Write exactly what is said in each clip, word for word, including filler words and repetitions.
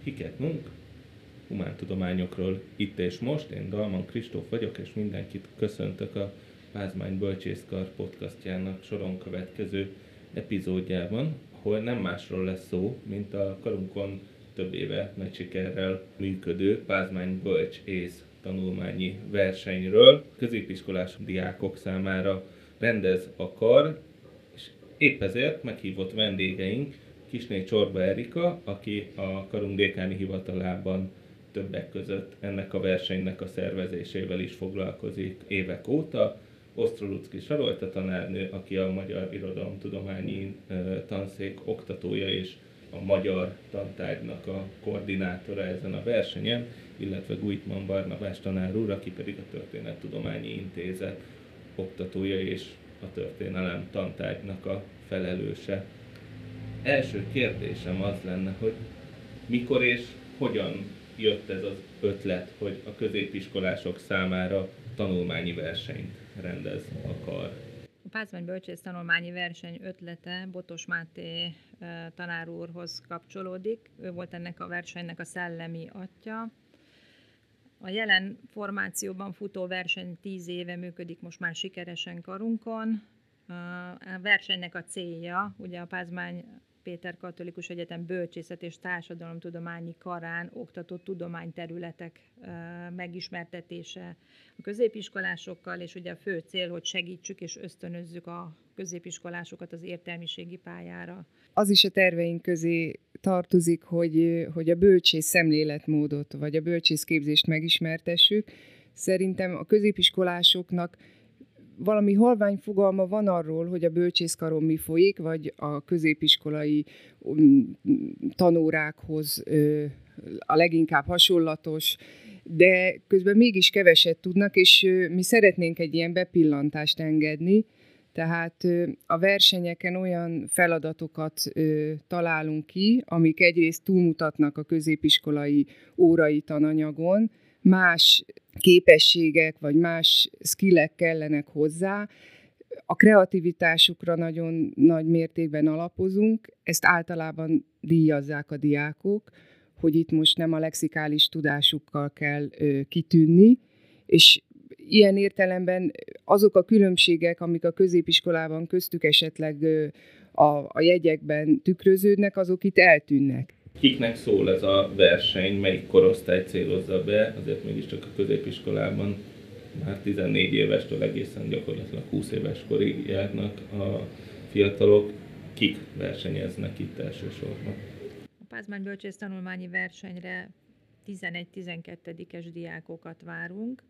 Hiketnunk humántudományokról itt és most. Én Dalman Kristóf vagyok, és mindenkit köszöntök a Pázmány Bölcsészkar podcastjának soron következő epizódjában, ahol nem másról lesz szó, mint a karunkon több éve nagy sikerrel működő Pázmány Bölcsész tanulmányi versenyről. Középiskolás diákok számára rendez a kar, és épp ezért meghívott vendégeink Kisné Csorba Erika, aki a karunk dékáni hivatalában többek között ennek a versenynek a szervezésével is foglalkozik évek óta. Osztroluczki Sarolta tanárnő, aki a Magyar Irodalomtudományi Tanszék oktatója és a magyar tantárgynak a koordinátora ezen a versenyen, illetve Guitman Barnabás tanár úr, aki pedig a Történettudományi Intézet oktatója és a történelem tantárgynak a felelőse. Első kérdésem az lenne, hogy mikor és hogyan jött ez az ötlet, hogy a középiskolások számára tanulmányi versenyt rendez a kar? A Pázmány Bölcsész tanulmányi verseny ötlete Botos Máté tanár úrhoz kapcsolódik. Ő volt ennek a versenynek a szellemi atya. A jelen formációban futó verseny tíz éve működik most már sikeresen karunkon. A versenynek a célja, ugye a Pázmány Péter Katolikus Egyetem Bölcsészet és Társadalomtudományi Karán oktatott tudományterületek megismertetése a középiskolásokkal, és ugye a fő cél, hogy segítsük és ösztönözzük a középiskolásokat az értelmiségi pályára. Az is a terveink közé tartozik, hogy, hogy a bölcsész szemléletmódot, vagy a bölcsészképzést megismertessük. Szerintem a középiskolásoknak valami halvány fogalma van arról, hogy a bölcsészkaron mi folyik, vagy a középiskolai tanórákhoz a leginkább hasonlatos, de közben mégis keveset tudnak, és mi szeretnénk egy ilyen bepillantást engedni, tehát a versenyeken olyan feladatokat találunk ki, amik egyrészt túlmutatnak a középiskolai órai tananyagon, más képességek vagy más skillek kellenek hozzá. A kreativitásukra nagyon nagy mértékben alapozunk, ezt általában díjazzák a diákok, hogy itt most nem a lexikális tudásukkal kell ö, kitűnni, és ilyen értelemben azok a különbségek, amik a középiskolában köztük esetleg ö, a, a jegyekben tükröződnek, azok itt eltűnnek. Kiknek szól ez a verseny, melyik korosztály célozza be? Azért mégiscsak a középiskolában már tizennégy évestől egészen gyakorlatilag húsz éves korig járnak a fiatalok. Kik versenyeznek itt elsősorban? A Pázmány Bölcsész tanulmányi versenyre tizenegy-tizenkettedikes diákokat várunk.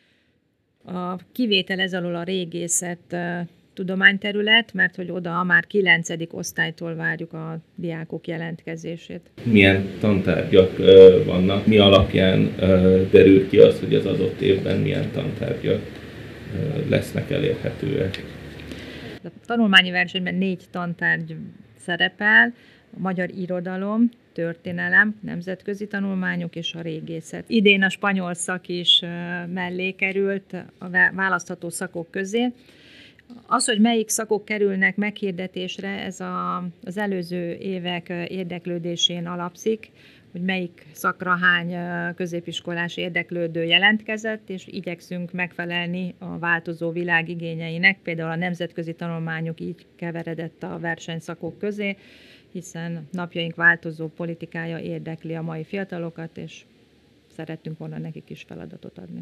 A kivétel ez alól a régészet tudományterület, mert hogy oda már kilencedik osztálytól várjuk a diákok jelentkezését. Milyen tantárgyak vannak? Mi alapján derül ki az, hogy az adott évben milyen tantárgyak lesznek elérhetőek? A tanulmányi versenyben négy tantárgy szerepel: a magyar irodalom, történelem, nemzetközi tanulmányok és a régészet. Idén a spanyol szak is mellé került a választható szakok közé. Az, hogy melyik szakok kerülnek meghirdetésre, ez a, az előző évek érdeklődésén alapszik, hogy melyik szakra hány középiskolás érdeklődő jelentkezett, és igyekszünk megfelelni a változó világ igényeinek. Például a nemzetközi tanulmányok így keveredett a versenyszakok közé, hiszen napjaink változó politikája érdekli a mai fiatalokat, és szerettünk volna nekik is feladatot adni.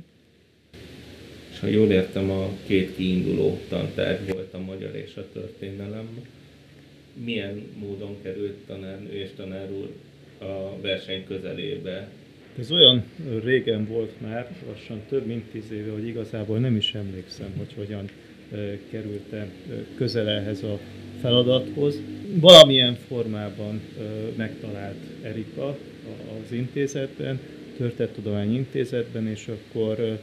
És ha jól értem, a két kiinduló tantárgy volt a magyar és a történelem. Milyen módon került tanárnő és tanár úr a verseny közelébe? Ez olyan régen volt már, lassan több mint tíz éve, hogy igazából nem is emlékszem, hogy hogyan kerültem közel ehhez a feladathoz. Valamilyen formában megtalált Erika az intézetben, Történettudományi Intézetben, és akkor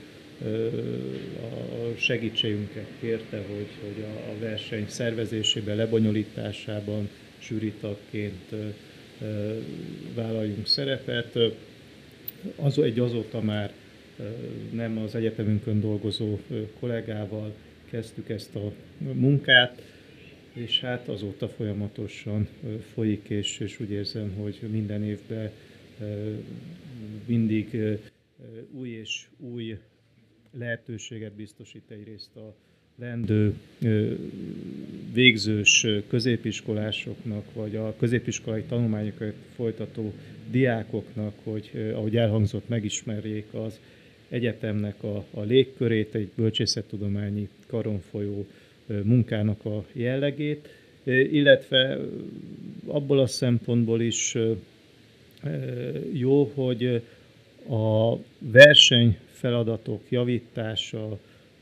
a segítségünket kérte, hogy, hogy a verseny szervezésében, lebonyolításában zsűritagként vállaljunk szerepet. Az egy azóta már nem az egyetemünkön dolgozó kollégával kezdtük ezt a munkát, és hát azóta folyamatosan folyik, és, és úgy érzem, hogy minden évben mindig új és új lehetőséget biztosít egyrészt a leendő végzős középiskolásoknak, vagy a középiskolai tanulmányokat folytató diákoknak, hogy ahogy elhangzott, megismerjék az egyetemnek a, a légkörét, egy bölcsészettudományi karon folyó munkának a jellegét, illetve abból a szempontból is jó, hogy a versenyfeladatok javítása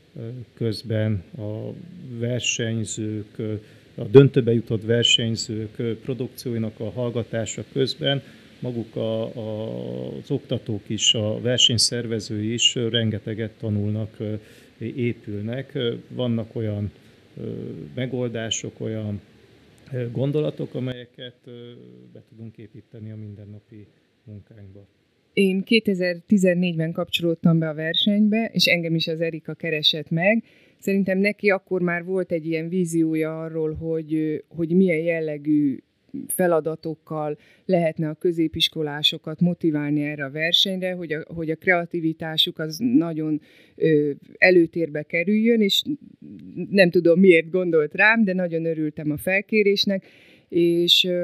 közben a versenyzők, a döntőbe jutott versenyzők produkcióinak a hallgatása közben maguk a, a, az oktatók is, a versenyszervezői is rengeteget tanulnak, épülnek. Vannak olyan megoldások, olyan gondolatok, amelyeket be tudunk építeni a mindennapi munkánkba. Én kétezer-tizennégyben kapcsolódtam be a versenybe, és engem is az Erika keresett meg. Szerintem neki akkor már volt egy ilyen víziója arról, hogy, hogy milyen jellegű feladatokkal lehetne a középiskolásokat motiválni erre a versenyre, hogy a, hogy a kreativitásuk az nagyon ö, előtérbe kerüljön, és nem tudom miért gondolt rám, de nagyon örültem a felkérésnek, és, ö,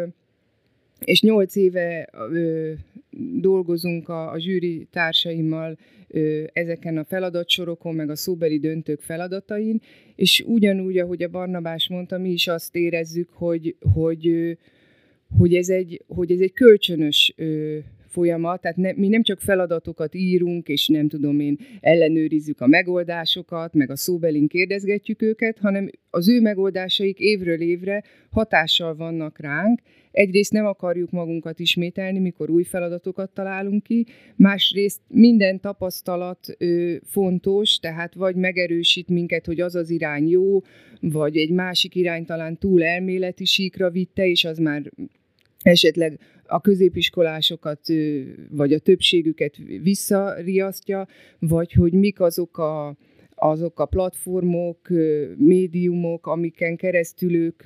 és nyolc éve ö, dolgozunk a, a zsűri társaimmal ö, ezeken a feladatsorokon, meg a szóbeli döntők feladatain, és ugyanúgy, ahogy a Barnabás mondta, mi is azt érezzük, hogy, hogy, ö, hogy, ez, egy, hogy ez egy kölcsönös ö, folyamat, tehát ne, mi nem csak feladatokat írunk, és nem tudom én, ellenőrizzük a megoldásokat, meg a szóbelin kérdezgetjük őket, hanem az ő megoldásaik évről évre hatással vannak ránk. Egyrészt nem akarjuk magunkat ismételni, mikor új feladatokat találunk ki, másrészt minden tapasztalat ö, fontos, tehát vagy megerősít minket, hogy az az irány jó, vagy egy másik irány talán túl elméleti síkra vitte, és az már esetleg a középiskolásokat, vagy a többségüket visszariasztja, vagy hogy mik azok a, azok a platformok, médiumok, amiken keresztül ők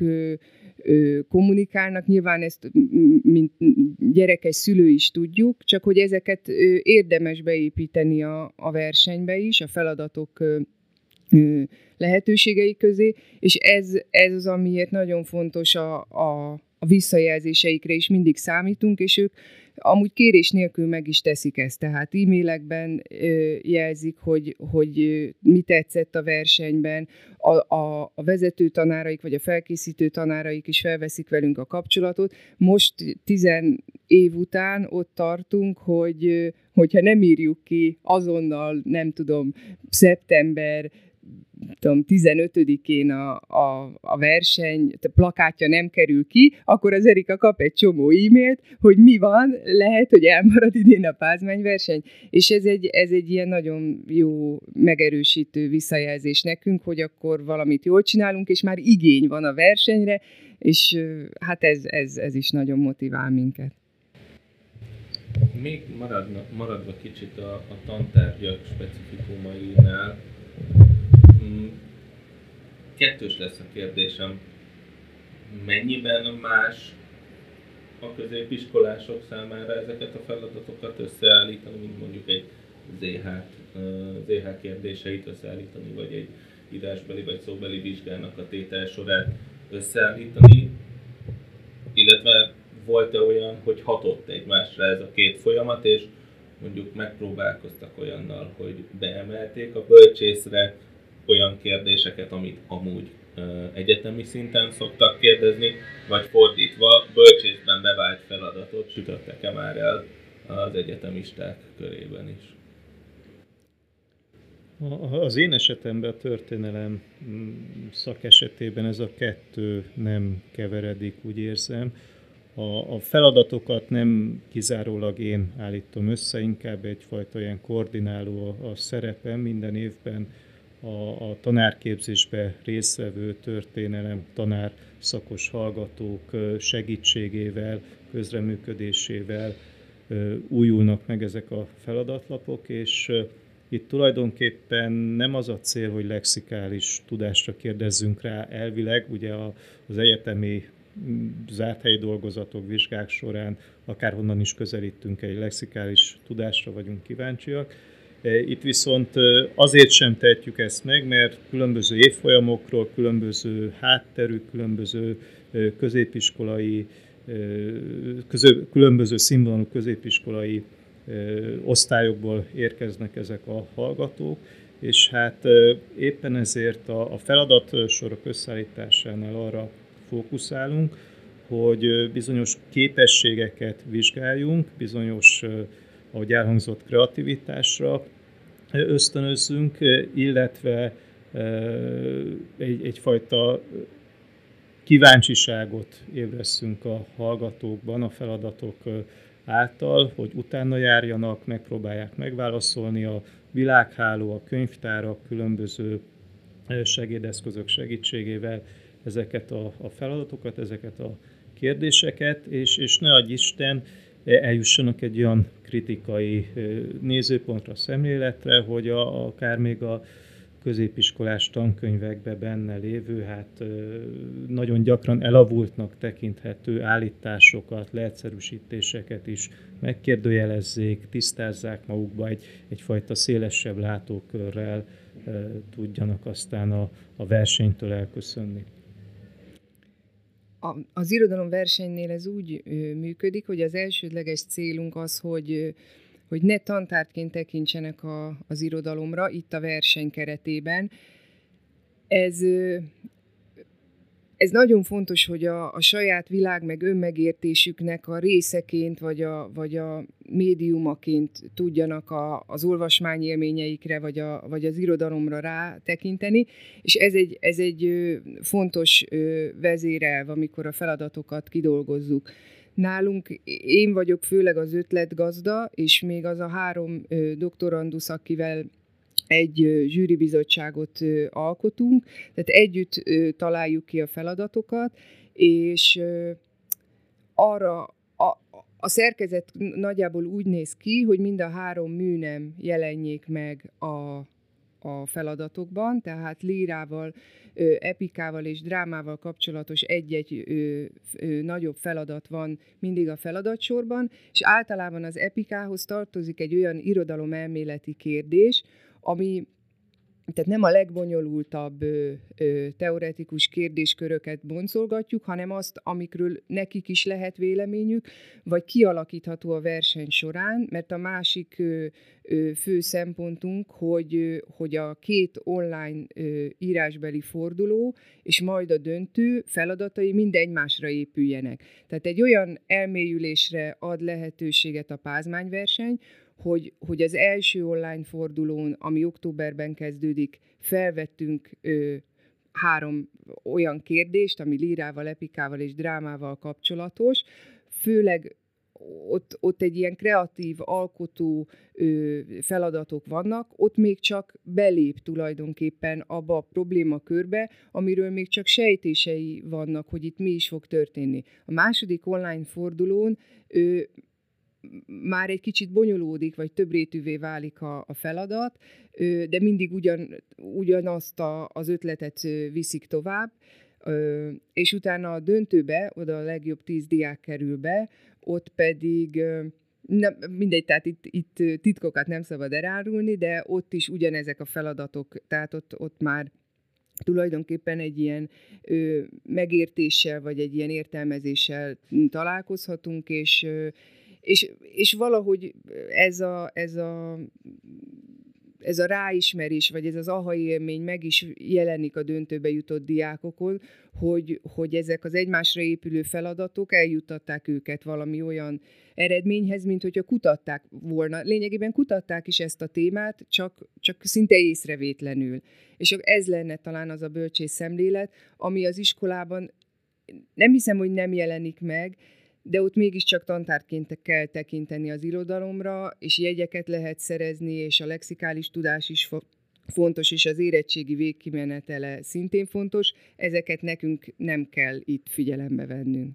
kommunikálnak. Nyilván ezt, mint gyerekes szülő is tudjuk, csak hogy ezeket érdemes beépíteni a, a versenybe is, a feladatok lehetőségei közé, és ez, ez az, amiért nagyon fontos a, a, a visszajelzéseikre is mindig számítunk, és ők amúgy kérés nélkül meg is teszik ezt. Tehát e-mailekben ö, jelzik, hogy, hogy mi tetszett a versenyben, a, a, a vezető tanáraik, vagy a felkészítő tanáraik is felveszik velünk a kapcsolatot. Most tizen év után ott tartunk, hogy hogyha nem írjuk ki azonnal, nem tudom, szeptember tudom, tizenötödikén a, a, a verseny, a plakátja nem kerül ki, akkor az Erika kap egy csomó e-mailt, hogy mi van, lehet, hogy elmarad idén a pázmányverseny, és ez egy, ez egy ilyen nagyon jó megerősítő visszajelzés nekünk, hogy akkor valamit jól csinálunk, és már igény van a versenyre, és hát ez, ez, ez is nagyon motivál minket. Még maradna, maradva kicsit a, a tantárgyak specifikumainál, kettős lesz a kérdésem. Mennyiben más a középiskolások számára ezeket a feladatokat összeállítani, mint mondjuk egy zé há-t, zé há kérdéseit összeállítani, vagy egy írásbeli vagy szóbeli vizsgának a tételsorát összeállítani, illetve volt-e olyan, hogy hatott egymásra ez a két folyamat, és mondjuk megpróbálkoztak olyannal, hogy beemelték a bölcsészre olyan kérdéseket, amit amúgy ö, egyetemi szinten szoktak kérdezni, vagy fordítva, bölcsészben bevált feladatot sütöttek-e már el az egyetemisták körében is? Az én esetemben, a történelem szak esetében ez a kettő nem keveredik, úgy érzem. A, a feladatokat nem kizárólag én állítom össze, inkább egyfajta ilyen koordináló a, a szerepem minden évben. A, a tanárképzésbe résztvevő történelem tanár szakos hallgatók segítségével, közreműködésével újulnak meg ezek a feladatlapok, és itt tulajdonképpen nem az a cél, hogy lexikális tudásra kérdezzünk rá elvileg, ugye az egyetemi zárt helyi dolgozatok, vizsgák során, akárhonnan is közelítünk, egy lexikális tudásra vagyunk kíváncsiak. Itt viszont azért sem tehetjük ezt meg, mert különböző évfolyamokról, különböző hátterű, különböző középiskolai, közö, különböző színvonalú középiskolai osztályokból érkeznek ezek a hallgatók, és hát éppen ezért a feladatsorok összeállításánál arra fókuszálunk, hogy bizonyos képességeket vizsgáljunk, bizonyos, ahogy elhangzott, kreativitásra ösztönözzünk, illetve egy, egyfajta kíváncsiságot ébresztünk a hallgatókban a feladatok által, hogy utána járjanak, megpróbálják megválaszolni a világháló, a könyvtárak, különböző segédeszközök segítségével ezeket a, a feladatokat, ezeket a kérdéseket, és, és ne adj Isten, eljussanak egy olyan kritikai nézőpontra, szemléletre, hogy a, akár még a középiskolás tankönyvekben benne lévő, hát nagyon gyakran elavultnak tekinthető állításokat, leegyszerűsítéseket is megkérdőjelezzék, tisztázzák magukba, egy, egyfajta szélesebb látókörrel tudjanak aztán a, a versenytől elköszönni. A, az irodalomversenynél ez úgy ö, működik, hogy az elsődleges célunk az, hogy, ö, hogy ne tantárgyként tekintsenek a, az irodalomra, itt a verseny keretében. Ez, ö, ez nagyon fontos, hogy a, a saját világ meg önmegértésüknek a részeként, vagy a, vagy a médiumaként tudjanak a, az olvasmányélményeikre, vagy, a, vagy az irodalomra rátekinteni, és ez egy, ez egy fontos vezérelv, amikor a feladatokat kidolgozzuk. Nálunk én vagyok főleg az ötletgazda, és még az a három doktorandusz, akivel egy zsűribizottságot alkotunk, tehát együtt találjuk ki a feladatokat, és arra a, a szerkezet nagyjából úgy néz ki, hogy mind a három műnem jelenjék meg a, a feladatokban, tehát lírával, epikával és drámával kapcsolatos egy-egy ö, ö, nagyobb feladat van mindig a feladatsorban, és általában az epikához tartozik egy olyan irodalomelméleti kérdés, ami tehát nem a legbonyolultabb ö, ö, teoretikus kérdésköröket boncolgatjuk, hanem azt, amikről nekik is lehet véleményük, vagy kialakítható a verseny során, mert a másik ö, ö, fő szempontunk, hogy, ö, hogy a két online ö, írásbeli forduló, és majd a döntő feladatai mind egymásra épüljenek. Tehát egy olyan elmélyülésre ad lehetőséget a pázmányverseny, Hogy, hogy az első online fordulón, ami októberben kezdődik, felvettünk ö, három olyan kérdést, ami lírával, epikával és drámával kapcsolatos. Főleg ott, ott egy ilyen kreatív, alkotó ö, feladatok vannak, ott még csak belép tulajdonképpen abba a problémakörbe, amiről még csak sejtései vannak, hogy itt mi is fog történni. A második online fordulón ö, már egy kicsit bonyolódik, vagy többrétűvé válik a, a feladat, de mindig ugyan, ugyanazt a, az ötletet viszik tovább, és utána a döntőbe, oda a legjobb tíz diák kerül be, ott pedig, nem, mindegy, tehát itt, itt titkokat nem szabad elárulni, de ott is ugyanezek a feladatok, tehát ott, ott már tulajdonképpen egy ilyen ö, megértéssel, vagy egy ilyen értelmezéssel találkozhatunk, és És, és valahogy ez a, ez, a, ez a ráismerés, vagy ez az aha élmény meg is jelenik a döntőbe jutott diákokon, hogy, hogy ezek az egymásra épülő feladatok eljuttatták őket valami olyan eredményhez, mint hogyha kutatták volna. Lényegében kutatták is ezt a témát, csak, csak szinte észrevétlenül. És ez lenne talán az a bölcsész szemlélet, ami az iskolában nem hiszem, hogy nem jelenik meg, de ott mégiscsak tantárgyként kell tekinteni az irodalomra, és jegyeket lehet szerezni, és a lexikális tudás is fo- fontos, és az érettségi végkimenetele szintén fontos. Ezeket nekünk nem kell itt figyelembe vennünk.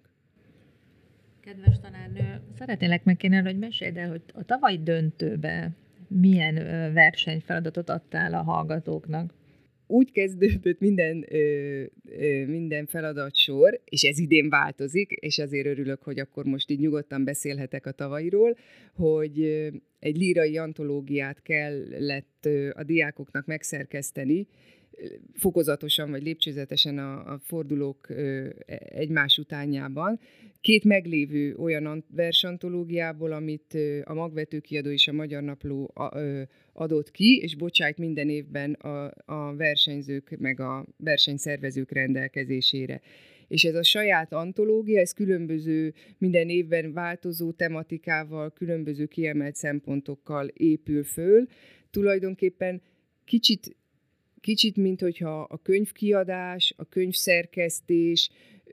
Kedves tanárnő, szeretnélek megkérdezni, hogy meséld el, hogy a tavalyi döntőbe milyen versenyfeladatot adtál a hallgatóknak? úgy kezdődött minden, ö, ö, minden feladatsor, és ez idén változik, és azért örülök, hogy akkor most így nyugodtan beszélhetek a tavalyiról, hogy ö, egy lírai antológiát kellett ö, a diákoknak megszerkeszteni, fokozatosan vagy lépcsőzetesen a, a fordulók ö, egymás utánjában. Két meglévő olyan versantológiából, amit ö, a Magvető Kiadó és a Magyar Napló a, ö, adott ki, és bocsájt minden évben a, a versenyzők meg a versenyszervezők rendelkezésére. És ez a saját antológia, ez különböző, minden évben változó tematikával, különböző kiemelt szempontokkal épül föl. Tulajdonképpen kicsit Kicsit, mint hogyha a könyvkiadás, a könyvszerkesztés,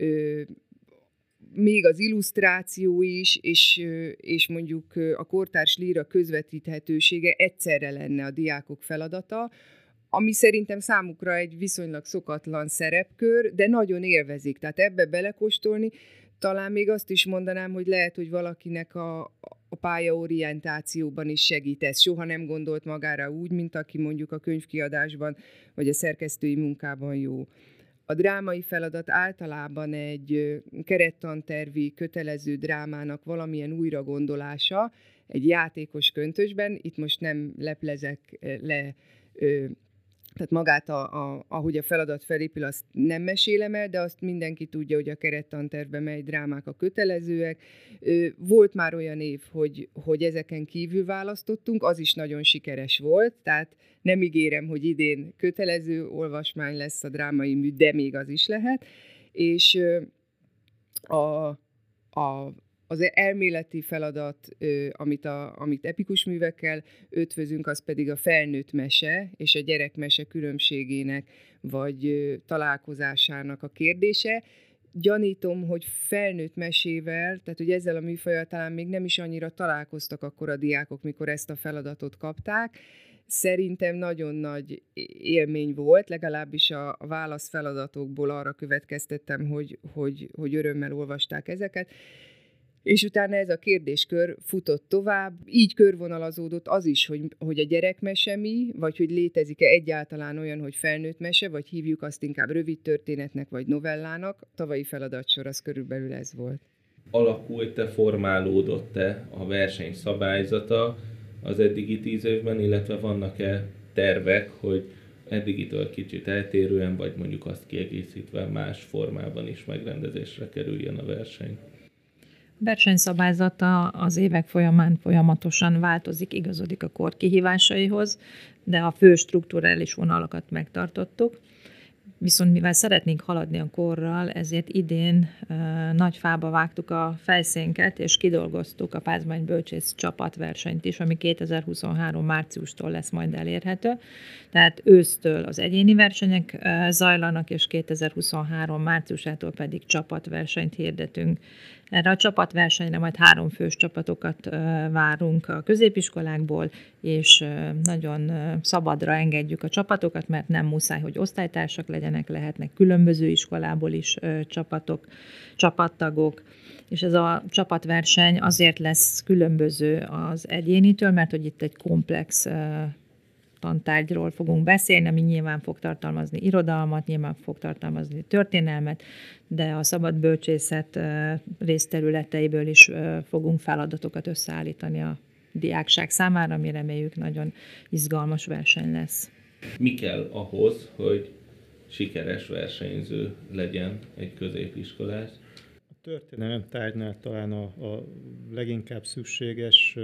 még az illusztráció is, és, és mondjuk a kortárs líra közvetíthetősége egyszerre lenne a diákok feladata, ami szerintem számukra egy viszonylag szokatlan szerepkör, de nagyon élvezik. Tehát ebbe belekóstolni, talán még azt is mondanám, hogy lehet, hogy valakinek a, a pályaorientációban is segít ez. Soha nem gondolt magára úgy, mint aki mondjuk a könyvkiadásban vagy a szerkesztői munkában jó. A drámai feladat általában egy kerettantervi, kötelező drámának valamilyen újragondolása, egy játékos köntösben, itt most nem leplezek le, tehát magát, a, a, ahogy a feladat felépül, azt nem mesélem el, de azt mindenki tudja, hogy a kerettantervben mely drámák a kötelezőek. Volt már olyan év, hogy, hogy ezeken kívül választottunk, az is nagyon sikeres volt, tehát nem ígérem, hogy idén kötelező olvasmány lesz a drámai mű, de még az is lehet. És a, a Az elméleti feladat, amit, a, amit epikus művekkel ötvözünk, az pedig a felnőtt mese és a gyerekmese különbségének vagy találkozásának a kérdése. Gyanítom, hogy felnőtt mesével, tehát hogy ezzel a műfajjal talán még nem is annyira találkoztak akkor a diákok, mikor ezt a feladatot kapták. Szerintem nagyon nagy élmény volt, legalábbis a válaszfeladatokból arra következtettem, hogy, hogy, hogy örömmel olvasták ezeket. És utána ez a kérdéskör futott tovább, így körvonalazódott az is, hogy, hogy a gyerekmese mi, vagy hogy létezik-e egyáltalán olyan, hogy felnőtt mese, vagy hívjuk azt inkább rövid történetnek, vagy novellának. A tavalyi feladatsor az körülbelül ez volt. Alakult-e, formálódott-e a verseny szabályzata az eddigi tíz évben, illetve vannak-e tervek, hogy eddigitől kicsit eltérően, vagy mondjuk azt kiegészítve más formában is megrendezésre kerüljön a verseny? A versenyszabályzata az évek folyamán folyamatosan változik, igazodik a kor kihívásaihoz, de a fő strukturális vonalakat megtartottuk. Viszont mivel szeretnénk haladni a korral, ezért idén e, nagy fába vágtuk a fejszénket, és kidolgoztuk a Pázmány Bölcsész csapatversenyt is, ami kétezer-huszonhárom márciustól lesz majd elérhető. Tehát ősztől az egyéni versenyek e, zajlanak, és kétezer-huszonhárom márciusától pedig csapatversenyt hirdetünk. Erre a csapatversenyre majd három fős csapatokat várunk a középiskolákból, és nagyon szabadra engedjük a csapatokat, mert nem muszáj, hogy osztálytársak legyenek, lehetnek különböző iskolából is csapatok, csapattagok. És ez a csapatverseny azért lesz különböző az egyénitől, mert hogy itt egy komplex tantárgyról fogunk beszélni, ami nyilván fog tartalmazni irodalmat, nyilván fog tartalmazni történelmet, de a szabad bölcsészet részterületeiből is fogunk feladatokat összeállítani a diákság számára, ami reméljük nagyon izgalmas verseny lesz. Mi kell ahhoz, hogy sikeres versenyző legyen egy középiskolás? A történelem tárgynál talán a, a leginkább szükséges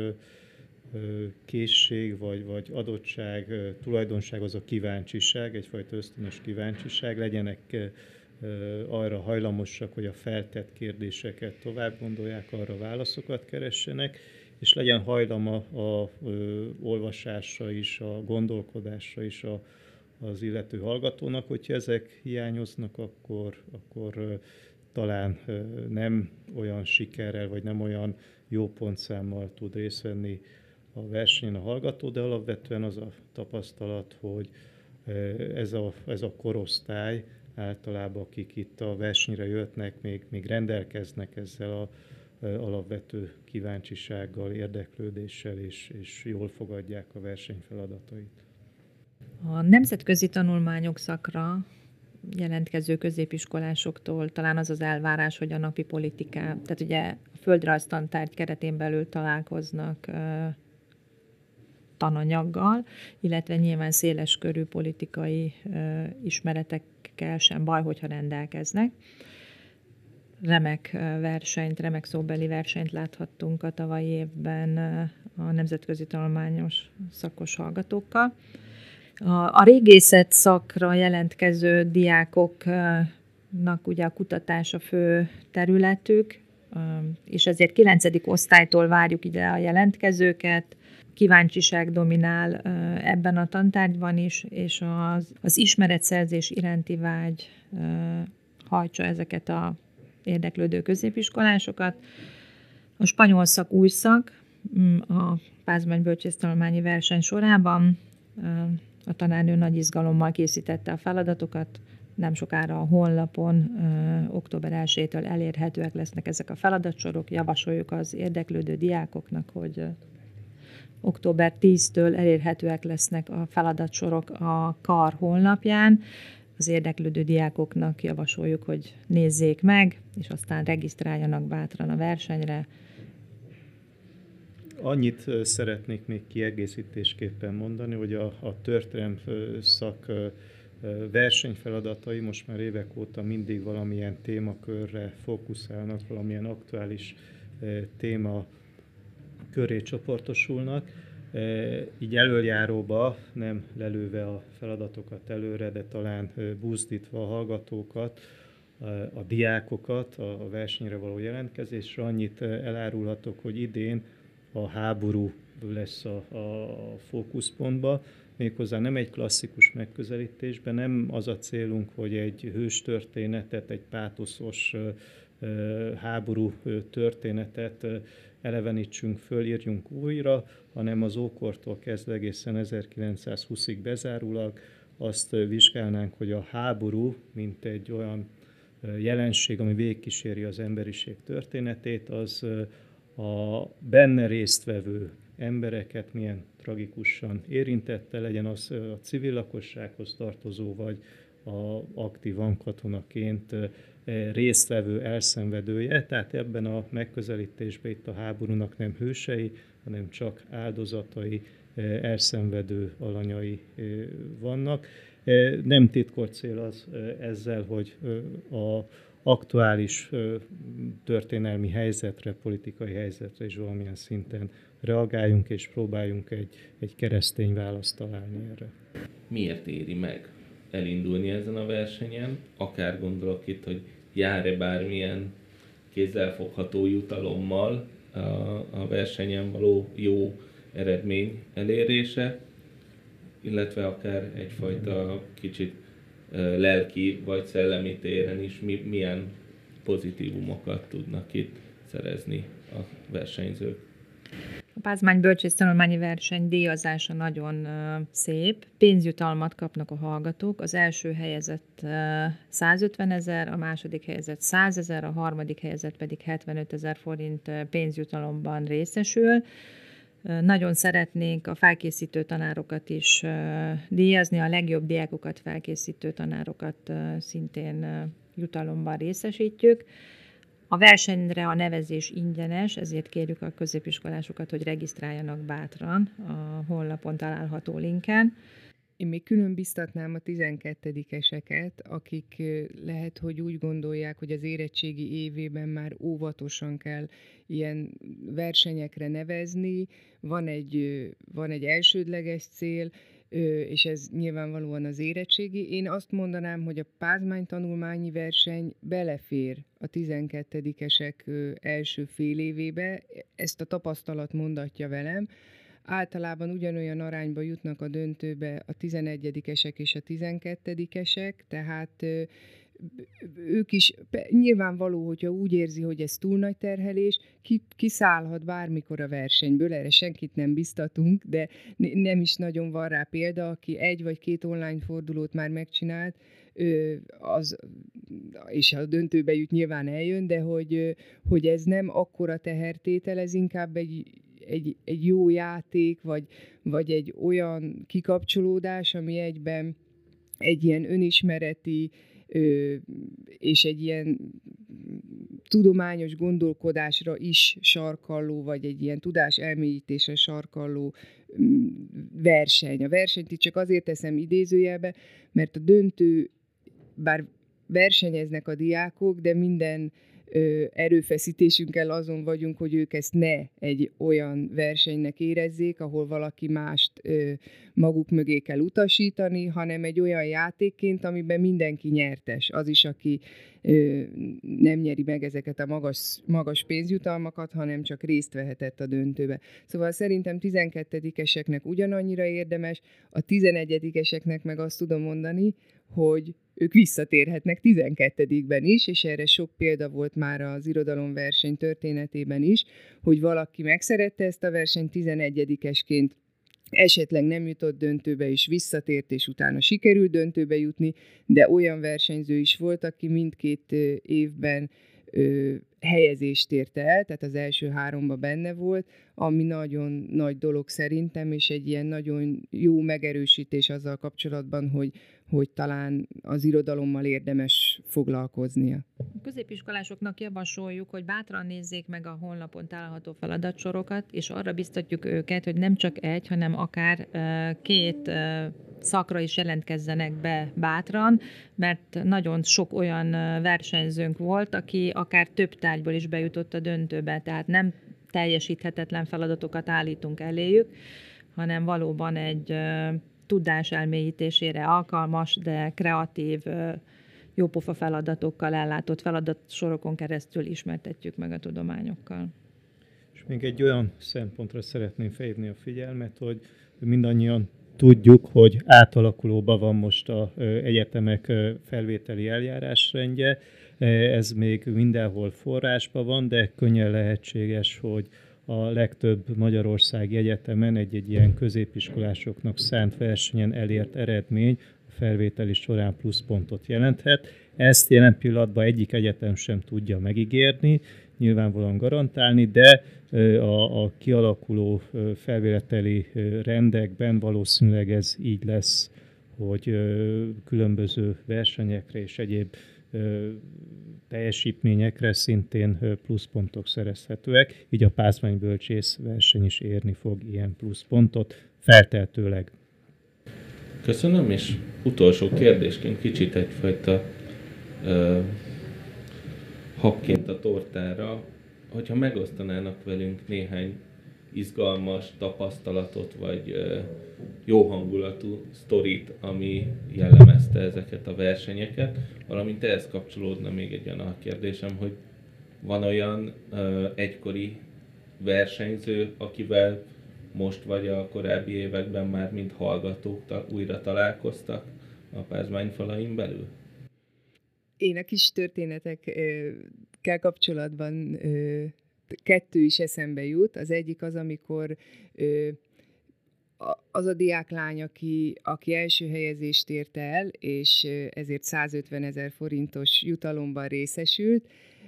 készség vagy, vagy adottság, tulajdonság az a kíváncsiság, egyfajta ösztönös kíváncsiság, legyenek arra hajlamosak, hogy a feltett kérdéseket tovább gondolják, arra válaszokat keressenek, és legyen hajlama a, a, a olvasásra is, a gondolkodásra is a, az illető hallgatónak. Hogyha ezek hiányoznak, akkor, akkor talán nem olyan sikerrel, vagy nem olyan jó pontszámmal tud részt venni a versenyen a hallgató, de alapvetően az a tapasztalat, hogy ez a, ez a korosztály általában, akik itt a versenyre jöttnek, még, még rendelkeznek ezzel a alapvető kíváncsisággal, érdeklődéssel, és, és jól fogadják a versenyfeladatait. A nemzetközi tanulmányok szakra jelentkező középiskolásoktól talán az az elvárás, hogy a napi politiká, tehát ugye a földrajztantárgy keretén belül találkoznak tananyaggal, illetve nyilván széles körű politikai ismeretekkel sem baj, hogyha rendelkeznek. Remek versenyt, remek szóbeli versenyt láthattunk a tavalyi évben a nemzetközi tanulmányos szakos hallgatókkal. A, a régészet szakra jelentkező diákoknak ugye a kutatás a fő területük, és ezért kilencedik osztálytól várjuk ide a jelentkezőket. Kíváncsiság dominál ebben a tantárgyban is, és az, az ismeretszerzés iránti vágy hajtsa ezeket a érdeklődő középiskolásokat. A spanyol szak új szak, a Pázmány bölcsésztanulmányi verseny sorában a tanárnő nagy izgalommal készítette a feladatokat. Nem sokára a honlapon október elsejétől elérhetőek lesznek ezek a feladatsorok. Javasoljuk az érdeklődő diákoknak, hogy október tízedikétől elérhetőek lesznek a feladatsorok a kar honlapján. Az érdeklődő diákoknak javasoljuk, hogy nézzék meg, és aztán regisztráljanak bátran a versenyre. Annyit szeretnék még kiegészítésképpen mondani, hogy a, a történelem szak versenyfeladatai most már évek óta mindig valamilyen témakörre fókuszálnak, valamilyen aktuális téma köré csoportosulnak. Így elöljáróba, nem lelőve a feladatokat előre, de talán buzdítva a hallgatókat, a diákokat a versenyre való jelentkezésre. Annyit elárulhatok, hogy idén a háború lesz a, a fókuszpontban, méghozzá nem egy klasszikus megközelítésben, nem az a célunk, hogy egy hőstörténetet, egy pátoszos háború történetet elevenítsünk föl, írjunk újra, hanem az ókortól kezdve egészen ezerkilencszázhúszig bezárólag azt vizsgálnánk, hogy a háború, mint egy olyan jelenség, ami végigkíséri az emberiség történetét, az a benne résztvevő embereket milyen tragikusan érintette, legyen az a civil lakossághoz tartozó, vagy a aktívan katonaként résztvevő, elszenvedője. Tehát ebben a megközelítésben itt a háborúnak nem hősei, hanem csak áldozatai, elszenvedő alanyai vannak. Nem titkolt cél az ezzel, hogy a aktuális történelmi helyzetre, politikai helyzetre is valamilyen szinten reagáljunk és próbáljunk egy, egy keresztény választ találni erre. Miért éri meg elindulni ezen a versenyen? Akár gondolok itt, hogy jár-e bármilyen kézzelfogható jutalommal a, a versenyen való jó eredmény elérése, illetve akár egyfajta kicsit lelki vagy szellemi téren is milyen pozitívumokat tudnak itt szerezni a versenyzők. A Pázmány bölcsésztanulmányi verseny díjazása nagyon szép. Pénzjutalmat kapnak a hallgatók. Az első helyezett százötvenezer, a második helyezett százezer, a harmadik helyezett pedig hetvenötezer forint pénzjutalomban részesül. Nagyon szeretnénk a felkészítő tanárokat is díjazni, a legjobb diákokat felkészítő tanárokat szintén jutalomban részesítjük. A versenyre a nevezés ingyenes, ezért kérjük a középiskolásokat, hogy regisztráljanak bátran a honlapon található linken. Én még külön biztatnám a tizenkettedikeseket, akik lehet, hogy úgy gondolják, hogy az érettségi évében már óvatosan kell ilyen versenyekre nevezni. Van egy, van egy elsődleges cél, és ez nyilvánvalóan az érettségi. Én azt mondanám, hogy a Pázmány tanulmányi verseny belefér a tizenkettedikesek első fél évébe. Ezt a tapasztalat mondatja velem. Általában ugyanolyan arányba jutnak a döntőbe a tizenegyedikesek és a tizenkettedikesek, tehát ők is nyilvánvaló, hogyha úgy érzi, hogy ez túl nagy terhelés, kiszállhat bármikor a versenyből, erre senkit nem biztatunk, de nem is nagyon van rá példa, aki egy vagy két online fordulót már megcsinált, az, és ha a döntőbe jut, nyilván eljön, de hogy, hogy ez nem akkora tehertétel, ez inkább egy egy, egy jó játék, vagy, vagy egy olyan kikapcsolódás, ami egyben egy ilyen önismereti ö, és egy ilyen tudományos gondolkodásra is sarkalló, vagy egy ilyen tudás elmélyítésre sarkalló verseny. A versenyt itt csak azért teszem idézőjelbe, mert a döntő, bár versenyeznek a diákok, de minden ö, erőfeszítésünkkel azon vagyunk, hogy ők ezt ne egy olyan versenynek érezzék, ahol valaki mást ö, maguk mögé kell utasítani, hanem egy olyan játékként, amiben mindenki nyertes. Az is, aki ö, nem nyeri meg ezeket a magas, magas pénzjutalmakat, hanem csak részt vehetett a döntőbe. Szóval szerintem tizenkettedikeseknek ugyanannyira érdemes, a tizenegyedikeseknek meg azt tudom mondani, hogy ők visszatérhetnek tizenkettedikben is, és erre sok példa volt már az irodalomverseny történetében is, hogy valaki megszerette ezt a versenyt tizenegyedikesként, esetleg nem jutott döntőbe, és visszatért, és utána sikerült döntőbe jutni, de olyan versenyző is volt, aki mindkét évben ö, helyezést érte el, tehát az első háromban benne volt, ami nagyon nagy dolog szerintem, és egy ilyen nagyon jó megerősítés azzal kapcsolatban, hogy, hogy talán az irodalommal érdemes foglalkoznia. A középiskolásoknak javasoljuk, hogy bátran nézzék meg a honlapon található feladatsorokat, és arra biztatjuk őket, hogy nem csak egy, hanem akár két szakra is jelentkezzenek be bátran, mert nagyon sok olyan versenyzőnk volt, aki akár több tárgyból is bejutott a döntőbe, tehát nem teljesíthetetlen feladatokat állítunk eléjük, hanem valóban egy tudás elmélyítésére alkalmas, de kreatív, jópofa feladatokkal ellátott feladatsorokon keresztül ismertetjük meg a tudományokkal. És még egy olyan szempontra szeretném felhívni a figyelmet, hogy mindannyian tudjuk, hogy átalakulóban van most az egyetemek felvételi eljárásrendje. Ez még mindenhol forrásban van, de könnyen lehetséges, hogy a legtöbb magyarországi egyetemen egy-egy ilyen középiskolásoknak szánt versenyen elért eredmény a felvételi során pluszpontot jelenthet. Ezt jelen pillanatban egyik egyetem sem tudja megígérni, nyilvánvalóan garantálni, de a, a kialakuló felvételi rendekben valószínűleg ez így lesz, hogy különböző versenyekre és egyéb teljesítményekre szintén pluszpontok szerezhetőek, így a Pázmány-bölcsész verseny is érni fog ilyen pluszpontot, feltehetőleg. Köszönöm, és utolsó kérdésként kicsit egyfajta uh, habként a tortára, hogyha megosztanának velünk néhány izgalmas tapasztalatot, vagy uh, jó hangulatú sztorit, ami jellemezte ezeket a versenyeket, valamint ehhez kapcsolódna még egy olyan kérdésem, hogy van olyan uh, egykori versenyző, akivel most vagy a korábbi években már mint hallgatók újra találkoztak a Pázmány falain belül? Én a kis történetekkel kapcsolatban kettő is eszembe jut. Az egyik az, amikor az a diáklány, aki, aki első helyezést ért el, és ezért százötven ezer forintos jutalomban részesült.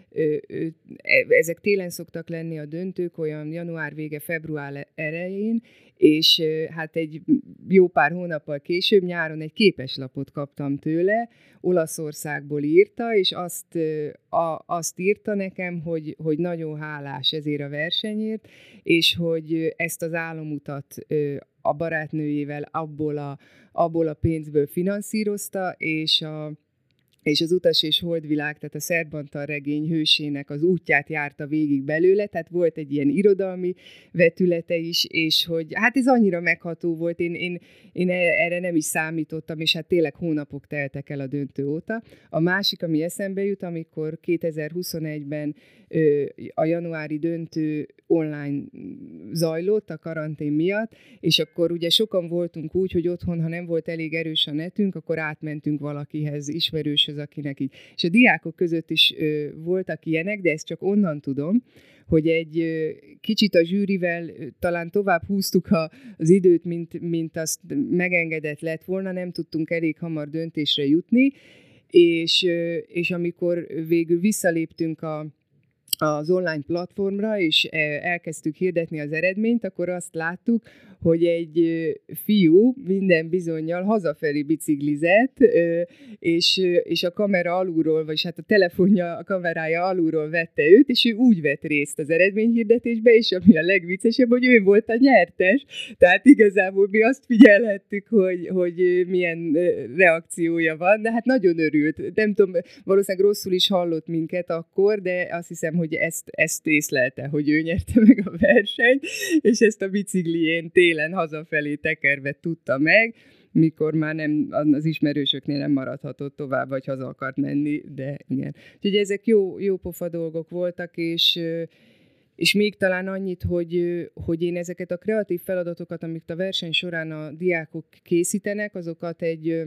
Ezek télen szoktak lenni a döntők, olyan január vége, február elején, és hát egy jó pár hónappal később nyáron egy képeslapot kaptam tőle, Olaszországból írta, és azt, a, azt írta nekem, hogy, hogy nagyon hálás ezért a versenyért, és hogy ezt az álomutat a barátnőjével abból a, abból a pénzből finanszírozta, és a és az Utas és Holdvilág, tehát a Szerbantal regény hősének az útját járta végig belőle, tehát volt egy ilyen irodalmi vetülete is, és hogy hát ez annyira megható volt, én, én, én erre nem is számítottam, és hát tényleg hónapok teltek el a döntő óta. A másik, ami eszembe jut, amikor kétezer-huszonegyben ö, a januári döntő online zajlott a karantén miatt, és akkor ugye sokan voltunk úgy, hogy otthon, ha nem volt elég erős a netünk, akkor átmentünk valakihez, ismerőshöz, akinek így. És a diákok között is ö, voltak ilyenek, de ezt csak onnan tudom, hogy egy ö, kicsit a zsűrivel ö, talán tovább húztuk a, az időt, mint, mint azt megengedett lett volna, nem tudtunk elég hamar döntésre jutni, és, ö, és amikor végül visszaléptünk a az online platformra, és elkezdtük hirdetni az eredményt, akkor azt láttuk, hogy egy fiú minden bizonnyal hazafelé biciklizett, és, és a kamera alulról, vagy hát a telefonja, a kamerája alulról vette őt, és ő úgy vett részt az eredményhirdetésbe, és ami a legviccesebb, hogy ő volt a nyertes. Tehát igazából mi azt figyelhettük, hogy, hogy milyen reakciója van, de hát nagyon örült. Nem tudom, valószínűleg rosszul is hallott minket akkor, de azt hiszem, hogy ezt, ezt észlelte, hogy ő nyerte meg a versenyt, és ezt a biciklijén télen hazafelé tekerve tudta meg, mikor már nem, az ismerősöknél nem maradhatott tovább, vagy haza akart menni, de igen. Úgyhogy ezek jó, jó pofa dolgok voltak, és, és még talán annyit, hogy, hogy én ezeket a kreatív feladatokat, amiket a verseny során a diákok készítenek, azokat egy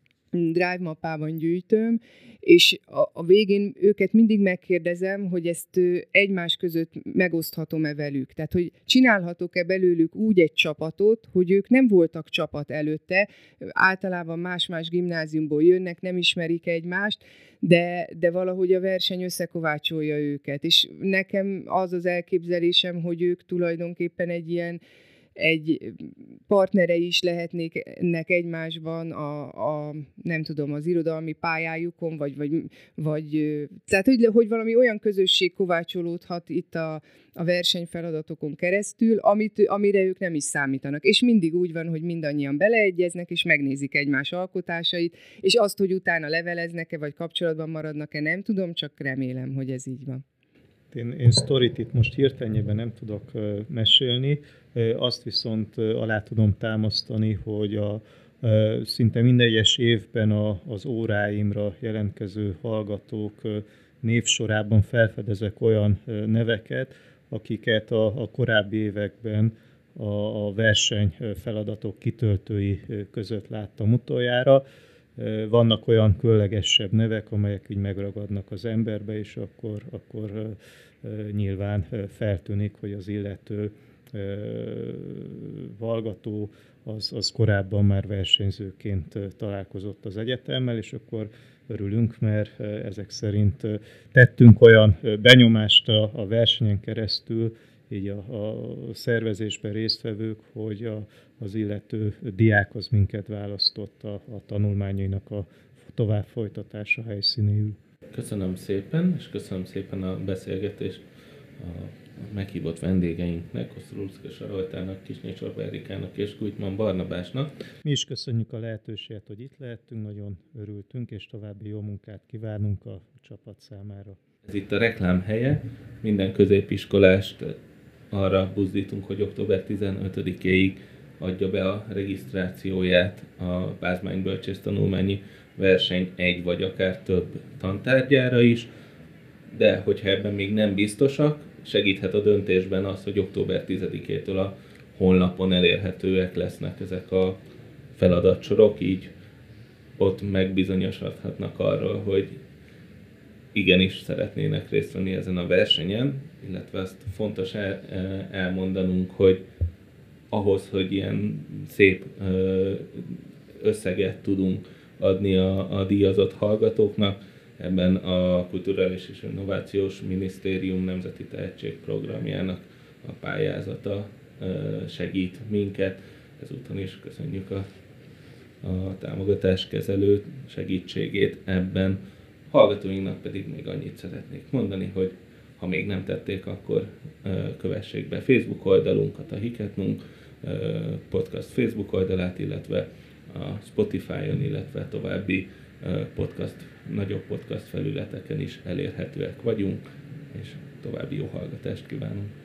Drive mappában gyűjtöm, és a, a végén őket mindig megkérdezem, hogy ezt egymás között megoszthatom-e velük. Tehát, hogy csinálhatok-e belőlük úgy egy csapatot, hogy ők nem voltak csapat előtte, általában más-más gimnáziumból jönnek, nem ismerik egymást, de, de valahogy a verseny összekovácsolja őket. És nekem az az elképzelésem, hogy ők tulajdonképpen egy ilyen egy partnere is lehetnének egymásban a, a, nem tudom, az irodalmi pályájukon, vagy, vagy, vagy tehát, hogy, hogy valami olyan közösség kovácsolódhat itt a, a versenyfeladatokon keresztül, amit, amire ők nem is számítanak. És mindig úgy van, hogy mindannyian beleegyeznek, és megnézik egymás alkotásait, és azt, hogy utána leveleznek-e, vagy kapcsolatban maradnak-e, nem tudom, csak remélem, hogy ez így van. Én, én sztorit itt most hirtelenjében nem tudok uh, mesélni, uh, azt viszont uh, alá tudom támasztani, hogy a, uh, szinte minden egyes évben a, az óráimra jelentkező hallgatók uh, névsorában felfedezek olyan uh, neveket, akiket a, a korábbi években a, a verseny feladatok kitöltői között láttam utoljára. Vannak olyan különlegesebb nevek, amelyek így megragadnak az emberbe, és akkor, akkor nyilván feltűnik, hogy az illető hallgató az, az korábban már versenyzőként találkozott az egyetemmel, és akkor örülünk, mert ezek szerint tettünk olyan benyomást a, a versenyen keresztül, így a, a szervezésben résztvevők, hogy a, az illető diák az minket választott a, a tanulmányainak a tovább folytatása helyszínéül. Köszönöm szépen, és köszönöm szépen a beszélgetést a meghívott vendégeinknek, Koszorúcka Saroltának, Kisné Csorba Erikának és Gújtman Barnabásnak. Mi is köszönjük a lehetőséget, hogy itt lehettünk, nagyon örültünk, és további jó munkát kívánunk a csapat számára. Ez itt a reklám helye, minden középiskolást arra buzdítunk, hogy október tizenötödikéig adja be a regisztrációját a Pázmány bölcsész tanulmányi verseny egy vagy akár több tantárgyára is, de hogyha ebben még nem biztosak, segíthet a döntésben az, hogy október tizedikétől a honlapon elérhetőek lesznek ezek a feladatsorok, így ott megbizonyosodhatnak arról, hogy igenis szeretnének részt venni ezen a versenyen, illetve azt fontos el, elmondanunk, hogy ahhoz, hogy ilyen szép összeget tudunk adni a, a díjazott hallgatóknak, ebben a Kulturális és Innovációs Minisztérium Nemzeti Tehetségprogramjának a pályázata segít minket. Ezúton is köszönjük a, a támogatáskezelő segítségét ebben. Hallgatóinknak pedig még annyit szeretnék mondani, hogy ha még nem tették, akkor kövessék be Facebook oldalunkat, a Hiketnunk podcast Facebook oldalát, illetve a Spotify-on, illetve további podcast, nagyobb podcast felületeken is elérhetőek vagyunk, és további jó hallgatást kívánunk.